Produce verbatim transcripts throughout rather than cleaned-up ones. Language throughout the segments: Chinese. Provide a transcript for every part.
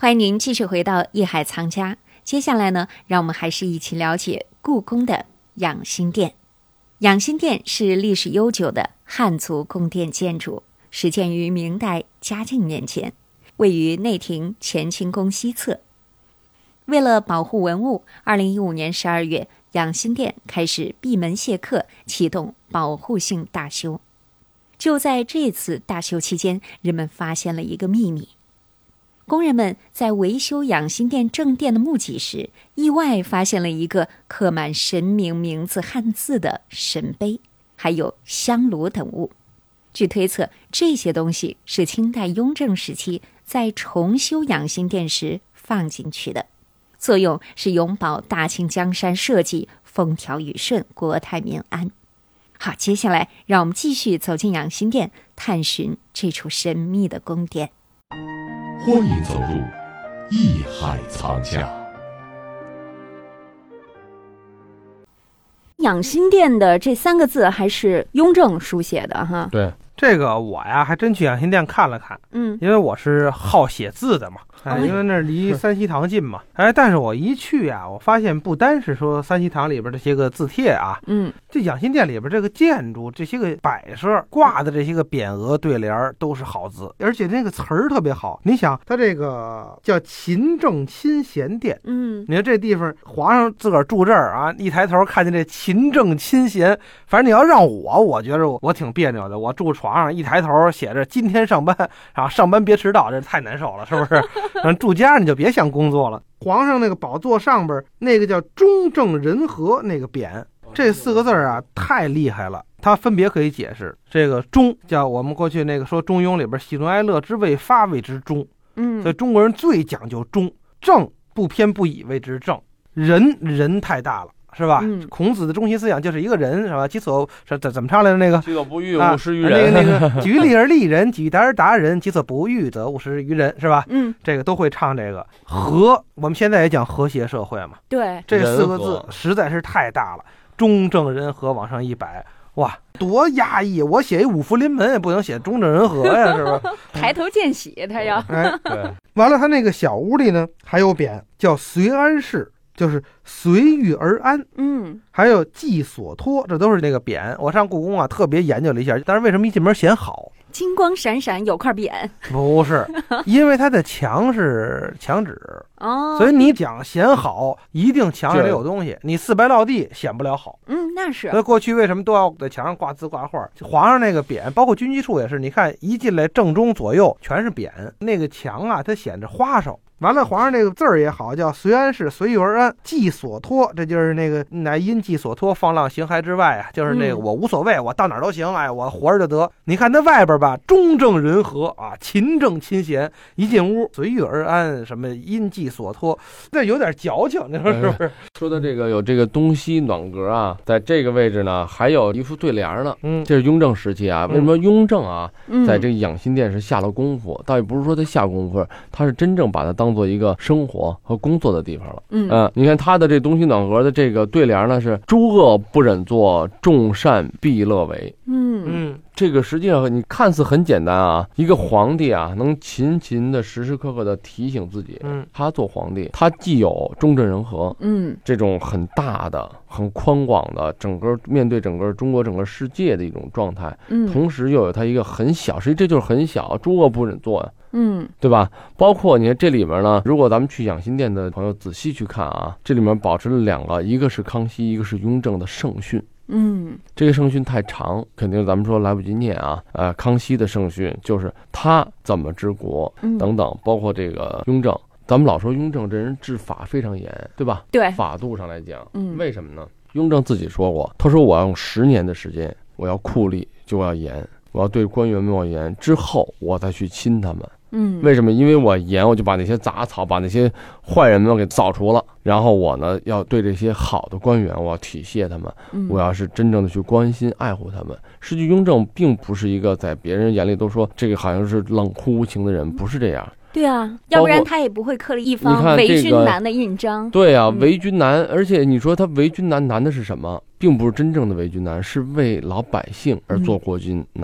欢迎您继续回到艺海藏家。接下来呢，让我们还是一起了解故宫的养心殿。养心殿是历史悠久的汉族宫殿建筑，始建于明代嘉靖年间，位于内廷乾清宫西侧。为了保护文物，二零一五年十二月，养心殿开始闭门谢客，启动保护性大修。就在这次大修期间，人们发现了一个秘密。工人们在维修养心殿正殿的木脊时，意外发现了一个刻满神明名字汉字的神碑，还有香炉等物。据推测，这些东西是清代雍正时期在重修养心殿时放进去的，作用是永保大清江山社稷风调雨顺，国泰民安。好，接下来让我们继续走进养心殿，探寻这处神秘的宫殿。 欢迎走入艺海藏家。 养心殿的这三个字还是雍正书写的哈。 对， 这个我呀还真去养心殿看了看， 嗯， 因为我是好写字的嘛，哎，因为那离三希堂近嘛，哎，但是我一去啊，我发现不单是说三希堂里边这些个字帖啊， 嗯， 这养心殿里边这个建筑这些个摆设挂的这些个匾额对联都是好字，而且那个词儿特别好。你想，它这个叫勤政亲贤殿， 嗯， 你看这地方皇上自个儿住这儿啊，一抬头看见这勤政亲贤，反正你要让我，我觉得我我挺别扭的。我住床上一抬头写着今天上班啊，上班别迟到，这太难受了，是不是？嗯，住家你就别想工作了。皇上那个宝座上边那个叫中正仁和那个匾，这四个字啊太厉害了。它分别可以解释，这个中叫我们过去那个说中庸里边喜怒哀乐之未发谓之中， 嗯， 所以中国人最讲究中。正不偏不倚谓之正，人人太大了。是吧、嗯？孔子的中心思想就是一个人，是吧？己所怎怎么唱来的那个？ 己所不欲，勿施于人。 啊、那个那个，己欲立而立人，己欲达而达人，己所不欲则勿施于人，是吧？ 嗯， 这个都会唱这个和。我们现在也讲和谐社会嘛。 对， 这四个字实在是太大了，中正人和往上一摆，哇，多压抑！我写一五福临门也不能写中正人和呀，是吧？ 抬头见喜，他要。 哎， 对。 完了，他那个小屋里呢还有匾，叫随安氏。就是随遇而安， 嗯， 还有寄所托，这都是那个匾。我上故宫啊，特别研究了一下，但是为什么一进门显好？ 金光闪闪有块匾？ 不是，因为它的墙是墙纸哦， 所以你讲显好，一定墙上有东西，你四白落地显不了好。 嗯，那是。 所以过去为什么都要在墙上挂字挂画？皇上那个匾，包括军机处也是，你看一进来正中左右全是匾，那个墙啊，它显着花哨。完了，皇上这个字儿也好，叫随安氏，随遇而安，寄所托，这就是那个乃因寄所托，放浪形骸之外啊，就是那个我无所谓，我到哪儿都行，哎，我活着就得。你看那外边吧，中正仁和啊，勤政亲贤，一进屋随遇而安，什么因寄所托，这有点矫情，你说是不是？ 说的这个有这个东西暖阁啊，在这个位置呢，还有一副对联呢。嗯，这是雍正时期啊。为什么雍正啊，嗯、在这个养心殿是下了功夫？倒也不是说他下功夫，他是真正把它当做一个生活和工作的地方了。嗯、呃、你看他的这东西暖阁的这个对联呢是诸恶不忍做，众善必乐为。 嗯嗯，这个实际上你看似很简单啊，一个皇帝啊能勤勤的时时刻刻的提醒自己，嗯，他做皇帝，他既有中正仁和，嗯，这种很大的、很宽广的整个面对整个中国整个世界的一种状态，嗯，同时又有他一个很小，实际这就是很小，诸恶不忍做呀。嗯，对吧？包括你看这里面呢，如果咱们去养心殿的朋友仔细去看啊，这里面保持了两个，一个是康熙，一个是雍正的圣训。嗯，这个圣训太长，肯定咱们说来不及念啊。呃，康熙的圣训就是他怎么治国等等，包括这个雍正，咱们老说雍正这人治法非常严，对吧？ 对， 法度上来讲，嗯，为什么呢？雍正自己说过，他说我要用十年的时间，我要酷吏就要严，我要对官员们要严，之后我再去亲他们。嗯，为什么？因为我严，我就把那些杂草，把那些坏人们给扫除了。然后我呢，要对这些好的官员，我要体恤他们，嗯、我要是真正的去关心爱护他们。实际雍正并不是一个在别人眼里都说这个好像是冷酷无情的人，不是这样。 对啊，要不然他也不会刻了一方为君难的印章。 这个、对啊，为君难，而且你说他为君难难的是什么？并不是真正的为君难，是为老百姓而做国君难。嗯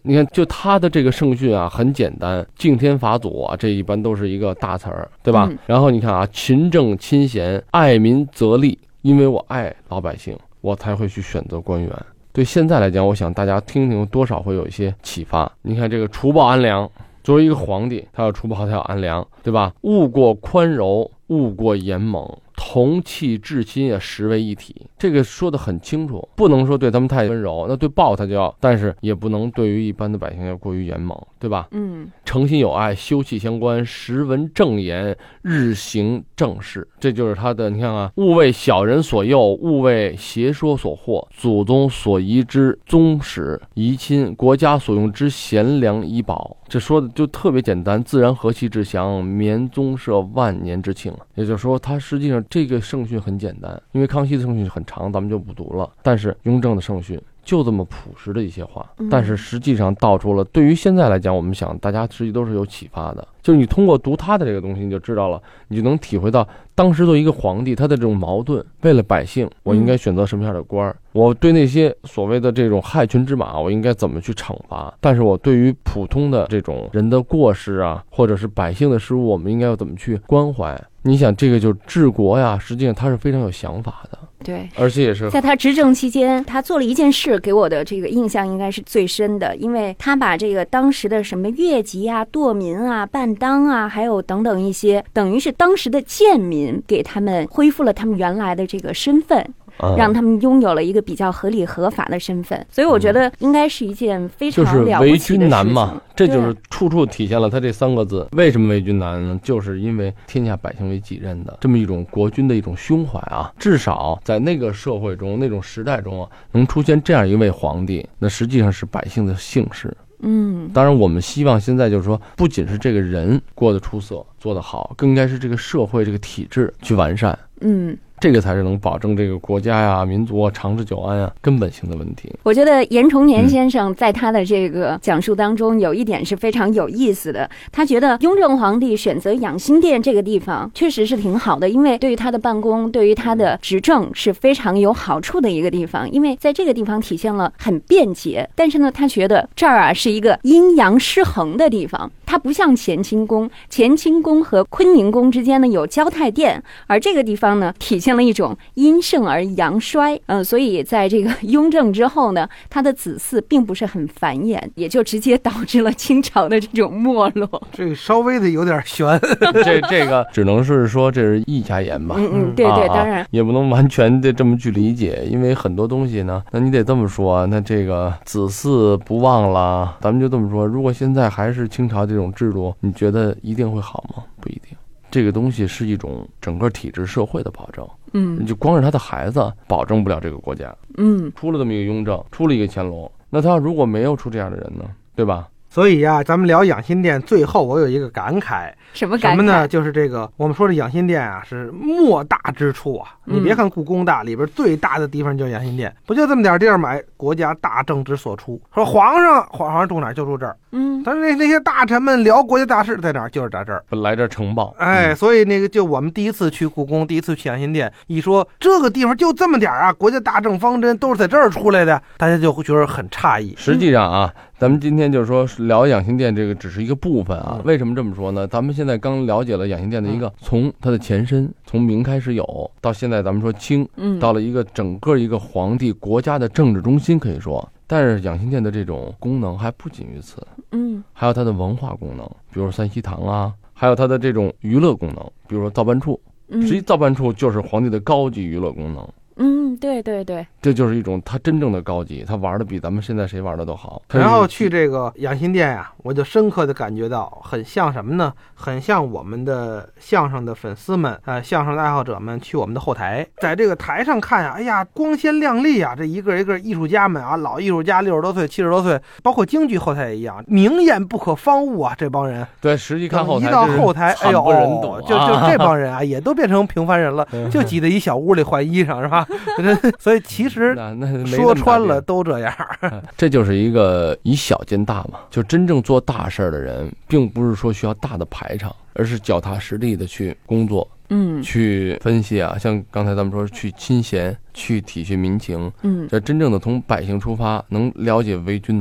你看，就他的这个圣训啊，很简单，敬天法祖啊，这一般都是一个大词儿，对吧？嗯、然后你看啊，勤政亲贤，爱民则利，因为我爱老百姓，我才会去选择官员。对现在来讲，我想大家听听，多少会有一些启发。你看这个除暴安良，作为一个皇帝，他要除暴，他要安良，对吧？勿过宽柔，勿过严猛，同气至亲啊，实为一体。这个说得很清楚，不能说对他们太温柔，那对暴他就要，但是也不能对于一般的百姓要过于严猛，对吧？嗯，诚心有爱，休戚相关，时闻正言，日行正事。这就是他的，你看啊，勿为小人所诱，勿为邪说所惑，祖宗所遗之宗室遗亲，国家所用之贤良医宝。这说的就特别简单，自然和气之祥，绵宗社万年之庆。也就是说，他实际上这个圣训很简单，因为康熙的圣训很长，咱们就不读了。但是雍正的圣训就这么朴实的一些话，但是实际上道出了对于现在来讲，我们想大家实际都是有启发的。就是你通过读他的这个东西，你就知道了，你就能体会到当时作为一个皇帝他的这种矛盾，为了百姓我应该选择什么样的官，我对那些所谓的这种害群之马我应该怎么去惩罚，但是我对于普通的这种人的过失啊，或者是百姓的失误，我们应该要怎么去关怀。你想这个就治国呀，实际上他是非常有想法的。 对， 而且也是在他执政期间，他做了一件事给我的这个印象应该是最深的，因为他把这个当时的什么越级啊、堕民啊、半当啊，还有等等一些，等于是当时的贱民，给他们恢复了他们原来的这个身份。让他们拥有了一个比较合理合法的身份，所以我觉得应该是一件非常了不起的事情。就是为君难嘛，这就是处处体现了他这三个字。为什么为君难呢？就是因为天下百姓为己任的这么一种国君的一种胸怀啊。至少在那个社会中、那种时代中啊，能出现这样一位皇帝，那实际上是百姓的幸事。嗯，当然我们希望现在就是说，不仅是这个人过得出色、做得好，更应该是这个社会、这个体制去完善。嗯。这个才是能保证这个国家呀、民族啊长治久安啊根本性的问题。 我觉得严崇年先生在他的这个讲述当中有一点是非常有意思的，他觉得雍正皇帝选择养心殿这个地方确实是挺好的，因为对于他的办公、对于他的执政是非常有好处的一个地方，因为在这个地方体现了很便捷。但是呢，他觉得这儿啊是一个阴阳失衡的地方，它不像乾清宫，乾清宫和坤宁宫之间呢有交泰殿，而这个地方呢体现了一种阴盛而阳衰。嗯、呃，所以在这个雍正之后呢，他的子嗣并不是很繁衍，也就直接导致了清朝的这种没落。 这个稍微的有点悬， 这这个只能是说这是一家言吧。 嗯嗯，对对， 啊、 当然也不能完全的这么去理解，因为很多东西呢，那你得这么说，那这个子嗣不忘了，咱们就这么说，如果现在还是清朝这种制度，你觉得一定会好吗？不一定。这个东西是一种整个体制社会的保证。嗯，你就光是他的孩子保证不了这个国家。嗯，出了这么一个雍正，出了一个乾隆，那他如果没有出这样的人呢，对吧？ 所以呀、啊，咱们聊养心殿，最后我有一个感慨。 什么感慨？ 什么呢？就是这个，我们说这养心殿啊，是莫大之处啊。你别看故宫大，里边最大的地方叫养心殿，不就这么点地儿买？国家大政之所出。说皇上，皇上住哪儿就住这儿。嗯，但是那那些大臣们聊国家大事在哪儿？就是在这儿。 来这儿呈报。 哎，所以那个就我们第一次去故宫，第一次去养心殿，一说这个地方就这么点啊，国家大政方针都是在这儿出来的，大家就会觉得很诧异。 实际上啊。咱们今天就是说聊养心殿这个只是一个部分啊，为什么这么说呢？咱们现在刚了解了养心殿的一个从它的前身，从明开始有，到现在咱们说清，到了一个整个一个皇帝国家的政治中心可以说，但是养心殿的这种功能还不仅于此，嗯，还有它的文化功能，比如说三希堂啊，还有它的这种娱乐功能，比如说造办处，实际造办处就是皇帝的高级娱乐功能。 嗯，对对对， 这就是一种他真正的高级，他玩的比咱们现在谁玩的都好。 然后去这个养心殿呀、啊，我就深刻的感觉到，很像什么呢？很像我们的相声的粉丝们，呃，相声的爱好者们去我们的后台，在这个台上看呀、啊，哎呀，光鲜亮丽啊！这一个一个艺术家们啊，老艺术家六十多岁、七十多岁，包括京剧后台也一样，明艳不可方物啊！这帮人， 对，实际看后台， 一到后台，哎呦， 不忍睹啊、 就就这帮人啊，也都变成平凡人了，就挤在一小屋里换衣裳，是吧？所以其实说穿了都这样。 这就是一个以小见大嘛，就真正做大事的人，并不是说需要大的排场，而是脚踏实地的去工作，嗯，去分析啊，像刚才咱们说去亲贤，去体恤民情，嗯，这真正的从百姓出发，能了解为君难。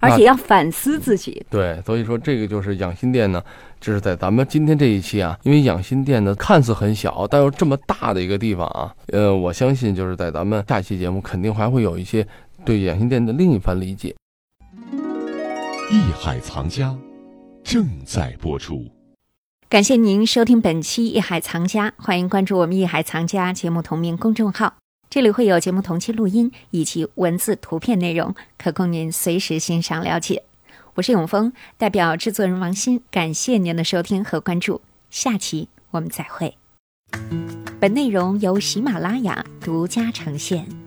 而且要反思自己。 对，所以说这个就是养心殿呢，就是在咱们今天这一期啊，因为养心殿呢看似很小，但又这么大的一个地方啊，呃，我相信就是在咱们下期节目肯定还会有一些对养心殿的另一番理解。 艺海藏家正在播出。 感谢您收听本期艺海藏家，欢迎关注我们艺海藏家节目同名公众号，这里会有节目同期录音以及文字图片内容，可供您随时欣赏了解。我是永峰，代表制作人王鑫，感谢您的收听和关注，下期我们再会。本内容由喜马拉雅独家呈现。